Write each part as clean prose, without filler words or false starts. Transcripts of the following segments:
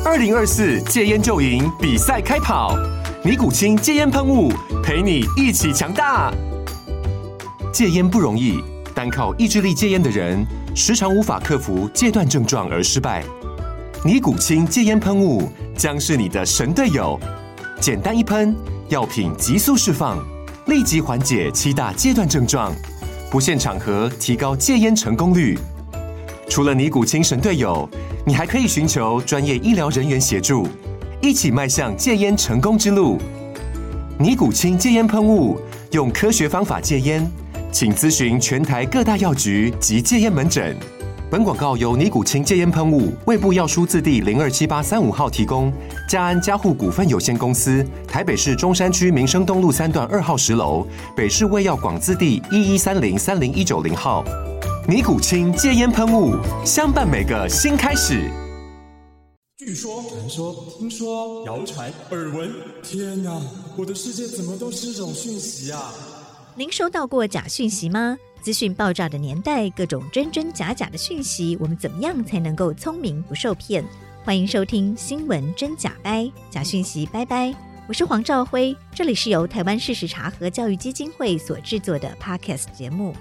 2024戒烟就赢比赛开跑，尼古清戒烟喷雾陪你一起强大。戒烟不容易，单靠意志力戒烟的人，时常无法克服戒断症状而失败。尼古清戒烟喷雾将是你的神队友，简单一喷，药品急速释放，立即缓解7大戒断症状，不限场合提高戒烟成功率。除了尼古清神队友，你还可以寻求专业医疗人员协助，一起迈向戒烟成功之路。尼古清戒烟喷雾，用科学方法戒烟，请咨询全台各大药局及戒烟门诊。本广告由尼古清戒烟喷雾、卫部药书字第027835号提供，嘉安嘉护股份有限公司，台北市中山区民生东路3段2号10楼，北市卫药广字第1130-30190号。尼古清戒烟喷雾，相伴每个新开始。 据说、传说、听说、谣传、耳闻，天哪！我的世界怎么都是这种讯息啊！ 您收到过假讯息吗？资讯爆炸的年代，各种真真假假的讯息，我们怎么样才能够聪明不受骗？欢迎收听新闻真假掰，假讯息拜拜。我是黄兆辉，这里是由台湾事实查核教育基金会所制作的 Podcast 节目。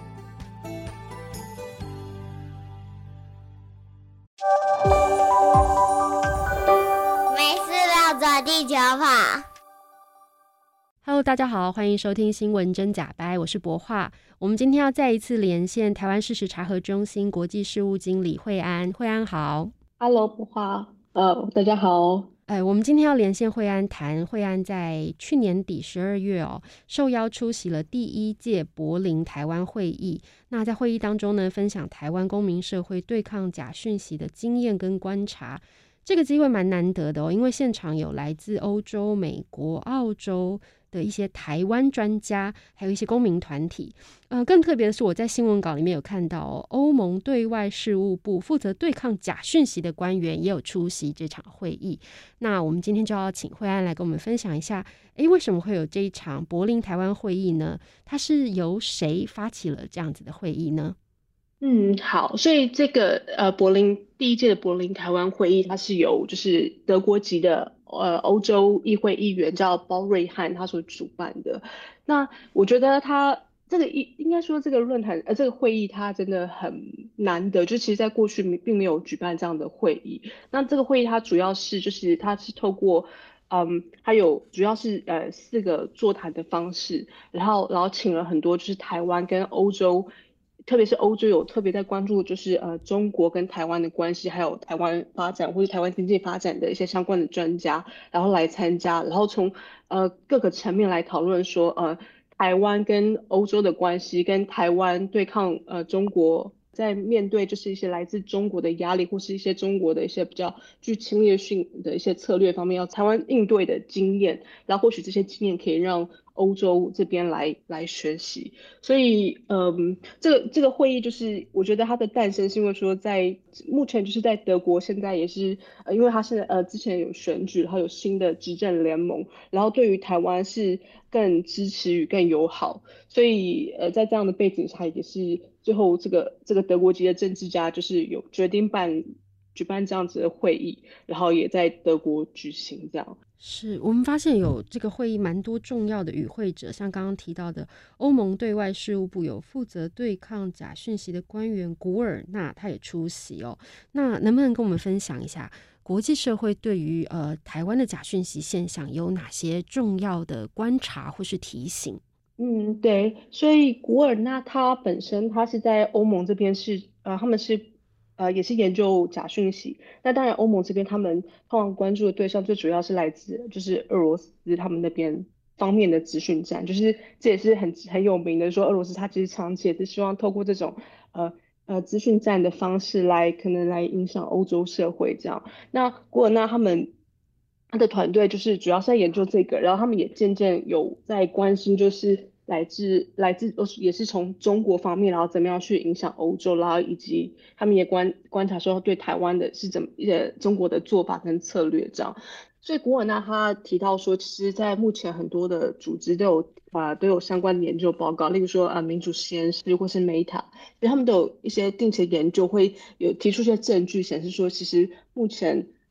没事绕着地球跑。 Hello， 大家好，欢迎收听新闻真假掰，我是博化。我们今天要再一次连线台湾事实查核中心国际事务经理惠安，惠安好。 Hello， 博化，大家好。 我们今天要连线惠安谈，惠安在去年底12月受邀出席了第1届柏林台湾会议。那在会议当中呢，分享台湾公民社会对抗假讯息的经验跟观察。这个机会蛮难得的因为现场有来自欧洲、美国、澳洲的一些台湾专家，还有一些公民团体。更特别的是，我在新闻稿里面有看到欧盟对外事务部负责对抗假讯息的官员也有出席这场会议。那我们今天就要请惠安来跟我们分享一下，为什么会有这一场柏林台湾会议呢？它是由谁发起了这样子的会议呢？ 好，所以这个第1届的柏林台湾会议，它是由就是德国籍的欧洲议会议员叫包瑞汉他所主办的。那我觉得他这个应该说这个论坛这个会议它真的很难得，就其实在过去并没有举办这样的会议。那这个会议它主要是就是它是透过还有主要是4个座谈的方式，然后请了很多就是台湾跟欧洲。特别是欧洲有特别在关注，就是中国跟台湾的关系，还有台湾发展或者台湾经济发展的一些相关的专家，然后来参加，然后从各个层面来讨论说台湾跟欧洲的关系，跟台湾对抗中国，在面对就是一些来自中国的压力，或是一些中国的一些比较具侵略性的一些策略方面，要台湾应对的经验，然后或许这些经验可以让欧洲这边来学习。所以这个会议就是我觉得它的诞生是因为说在目前就是在德国现在也是因为它是之前有选举，然后有新的执政联盟，然后对于台湾是更支持与更友好，所以在这样的背景下，也是最后这个德国籍的政治家就是有决定举办这样子的会议，然后也在德国举行这样。 是我们发现有这个会议蛮多重要的与会者，像刚刚提到的欧盟对外事务部有负责对抗假讯息的官员古尔纳，他也出席那能不能跟我们分享一下国际社会对于台湾的假讯息现象有哪些重要的观察或是提醒？ 对，所以古尔纳他本身他是在欧盟这边是他们是也是研究假讯息。那当然欧盟这边他们通常关注的对象最主要是来自就是俄罗斯他们那边方面的资讯战，就是这也是很有名的，说俄罗斯他其实长期也是希望透过这种资讯战的方式可能来影响欧洲社会这样。那古尔纳他的团队就是主要是在研究这个，然后他们也渐渐有在关心就是来自也是从中国方面，然后怎么样去影响欧洲，然后以及他们也观察说对台湾的是中国的做法跟策略这样。所以古尔纳他提到说，其实在目前很多的组织都有相关的研究报告，例如说民主实验室或是 Meta， 所以他们都有一些定期的研究，会有提出一些证据显示说，其实目前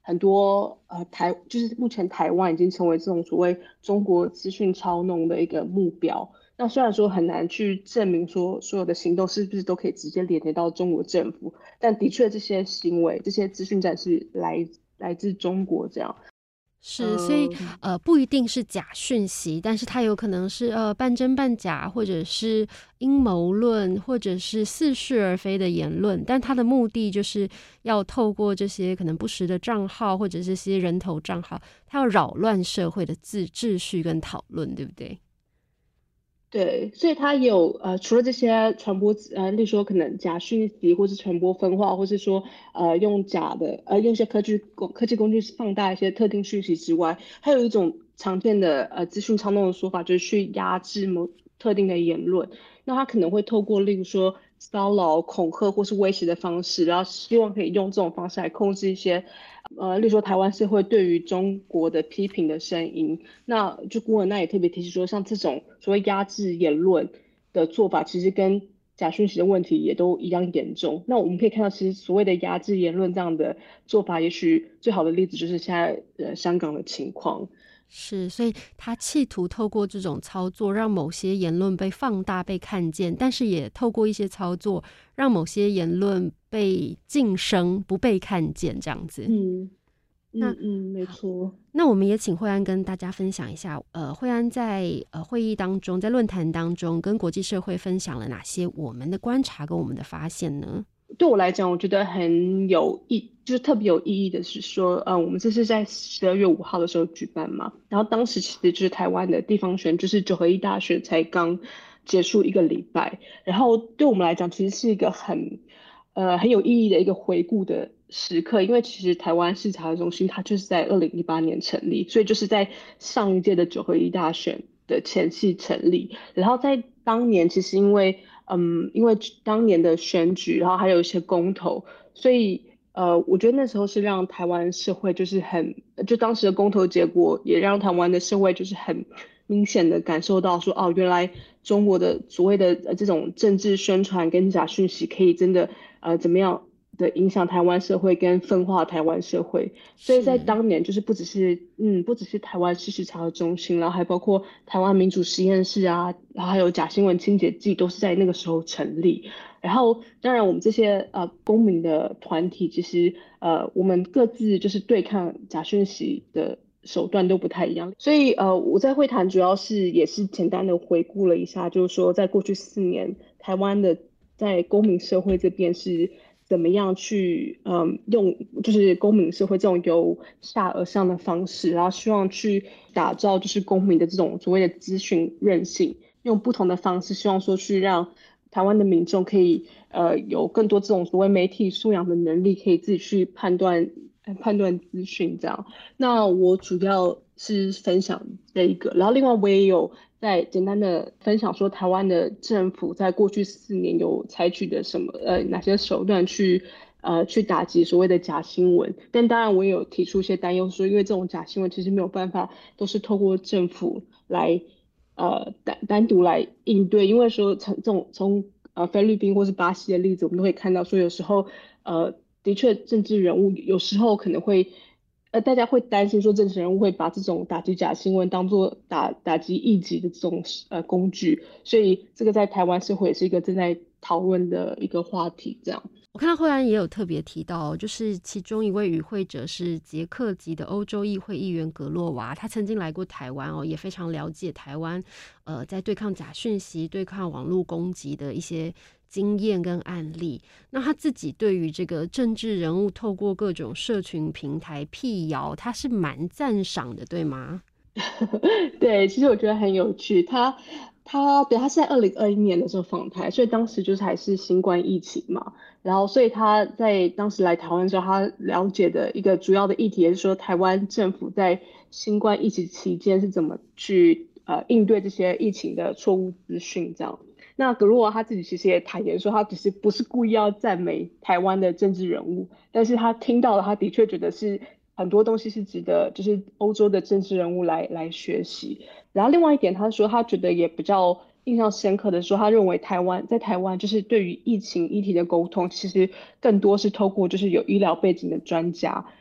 很多就是目前台湾已经成为这种所谓中国资讯操弄的一个目标。那虽然说很难去证明说所有的行动是不是都可以直接连接到中国政府，但的确这些行为、这些资讯战是来自中国这样。 是，所以不一定是假讯息，但是它有可能是半真半假，或者是阴谋论，或者是似是而非的言论，但它的目的就是要透过这些可能不实的账号或者这些人头账号，它要扰乱社会的秩序跟讨论，对不对？ 对，所以它有除了这些传播例如说可能假讯息，或是传播分化，或是说用用一些科技工具放大一些特定讯息之外，还有一种常见的资讯操弄的说法，就是去压制某特定的言论。那它可能会透过例如说骚扰、恐吓或是威胁的方式，然后希望可以用这种方式来控制一些例如说台湾社会对于中国的批评的声音。那就古尔奈也特别提醒说，像这种所谓压制言论的做法，其实跟假讯息的问题也都一样严重。那我们可以看到，其实所谓的压制言论这样的做法，也许最好的例子就是现在香港的情况。 是，所以他企图透过这种操作让某些言论被放大被看见，但是也透过一些操作让某些言论被晋升不被看见，这样子。 没错。 那我们也请慧安跟大家分享一下，慧安在会议当中，在论坛当中跟国际社会分享了哪些我们的观察跟我们的发现呢？ 对我来讲，我觉得就是特别有意义的是说，我们这是在12月5号的时候举办嘛，然后当时其实就是台湾的地方选，就是9合1大选才刚结束1个礼拜，然后对我们来讲，其实是一个很有意义的一个回顾的时刻，因为其实台湾视察中心它就是在2018年成立，所以就是在上一届的9合1大选的前夕成立，然后在当年其实因为当年的选举，然后还有一些公投，所以我觉得那时候是让台湾社会就是就当时的公投结果也让台湾的社会就是很明显的感受到说，哦，原来中国的所谓的这种政治宣传跟假讯息可以真的怎么样的影响台湾社会跟分化台湾社会，所以在当年就是不只是台湾事实查核中心，然后还包括台湾民主实验室啊，然后还有假新闻清洁剂都是在那个时候成立。然后当然我们这些公民的团体，其实我们各自就是对抗假讯息的手段都不太一样，所以我在会谈主要也是简单的回顾了一下，就是说在过去4年台湾的在公民社会这边是怎么样去用就是公民社会这种由下而上的方式，然后希望去打造就是公民的这种所谓的资讯韧性，用不同的方式希望说去让台湾的民众可以有更多这种所谓媒体素养的能力，可以自己去判断资讯这样。那我主要是分享这一个，然后另外我也有在简单的分享说台湾的政府在过去4年有采取的哪些手段去打击所谓的假新闻。但当然我也有提出一些担忧，说因为这种假新闻其实没有办法都是透过政府来单独来应对，因为说从菲律宾或是巴西的例子，我们都会看到说有时候的确政治人物有时候可能会大家会担心说政治人物会把这种打击假新闻当作打击异己的这种工具，所以这个在台湾社会也是一个正在讨论的一个话题这样。 我看到慧安也有特别提到，就是其中一位与会者是捷克籍的欧洲议会议员格洛娃，他曾经来过台湾哦，也非常了解台湾在对抗假讯息、对抗网络攻击的一些经验跟案例。那他自己对于这个政治人物透过各种社群平台辟谣，他是蛮赞赏的，对吗？ 对，其实我觉得很有趣。他是在2021年的时候访台，所以当时就是还是新冠疫情嘛。然后，所以他在当时来台湾的时候，他了解的一个主要的议题也是说，台湾政府在新冠疫情期间是怎么去应对这些疫情的错误资讯这样。那格洛娃他自己其实也坦言说，他只是不是故意要赞美台湾的政治人物，但是他听到了，他的确觉得是很多东西是值得就是欧洲的政治人物来学习。然后另外一点，他说他觉得也比较印象深刻的说，他认为在台湾就是对于疫情议题的沟通，其实更多是透过就是有医疗背景的专家，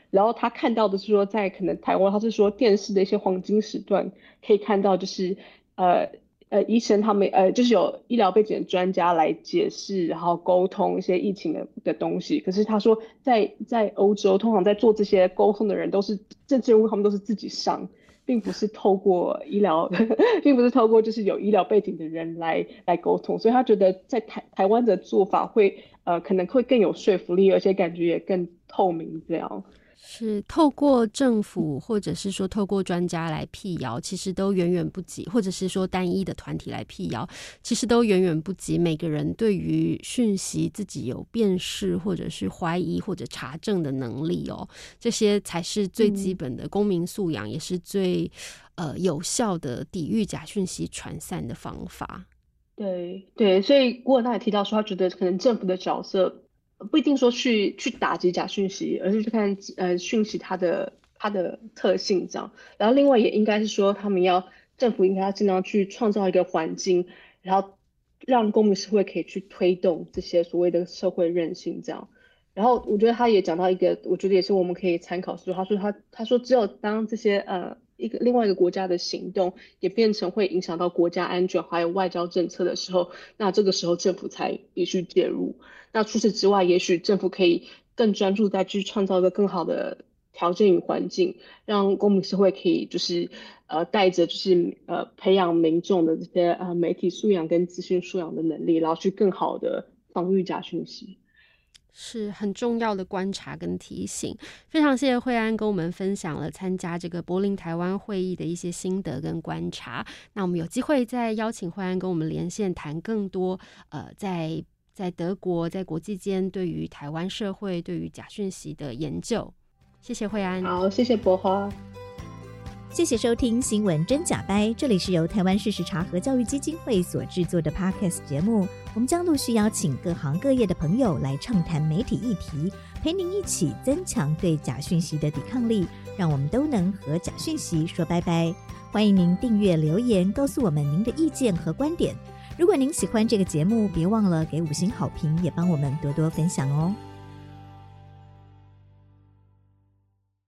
然后他看到的是说，在可能台湾，他是说电视的一些黄金时段可以看到，就是医生他们就是有医疗背景的专家来解释，然后沟通一些疫情的东西。可是他说在欧洲，通常在做这些沟通的人都是政治人物，他们都是自己上，并不是透过医疗，并不是透过就是有医疗背景的人来沟通。所以他觉得在台湾的做法会可能会更有说服力，而且感觉也更透明这样。 是透过政府或者是说透过专家来辟谣，其实都远远不及，或者是说单一的团体来辟谣，其实都远远不及每个人对于讯息自己有辨识或者是怀疑或者查证的能力哦，这些才是最基本的公民素养，也是最有效的抵御假讯息传散的方法。 对，所以郭文他也提到说，他觉得可能政府的角色不一定说去打击假讯息，而是去看讯息它的特性这样。然后另外也应该是说，政府应该要尽量去创造一个环境，然后让公民社会可以去推动这些所谓的社会韧性这样。然后我觉得他也讲到一个，我觉得也是我们可以参考，是他说只有当这些另外一个国家的行动也变成会影响到国家安全还有外交政策的时候，那这个时候政府才必须介入。那除此之外，也许政府可以更专注在去创造一个更好的条件与环境，让公民社会可以就是带着就是培养民众的这些媒体素养跟资讯素养的能力，然后去更好的防御假讯息。 是很重要的观察跟提醒。非常谢谢慧安跟我们分享了参加这个柏林台湾会议的一些心得跟观察。那我们有机会再邀请慧安跟我们连线，谈更多在德国在国际间对于台湾社会对于假讯息的研究。谢谢慧安。 好，谢谢柏花。 谢谢收听新闻真假掰，这里是由台湾事实查核教育基金会所制作的 Podcast 节目。我们将陆续邀请各行各业的朋友来畅谈媒体议题，陪您一起增强对假讯息的抵抗力，让我们都能和假讯息说拜拜。欢迎您订阅留言，告诉我们您的意见和观点。如果您喜欢这个节目，别忘了给5星好评，也帮我们多多分享哦。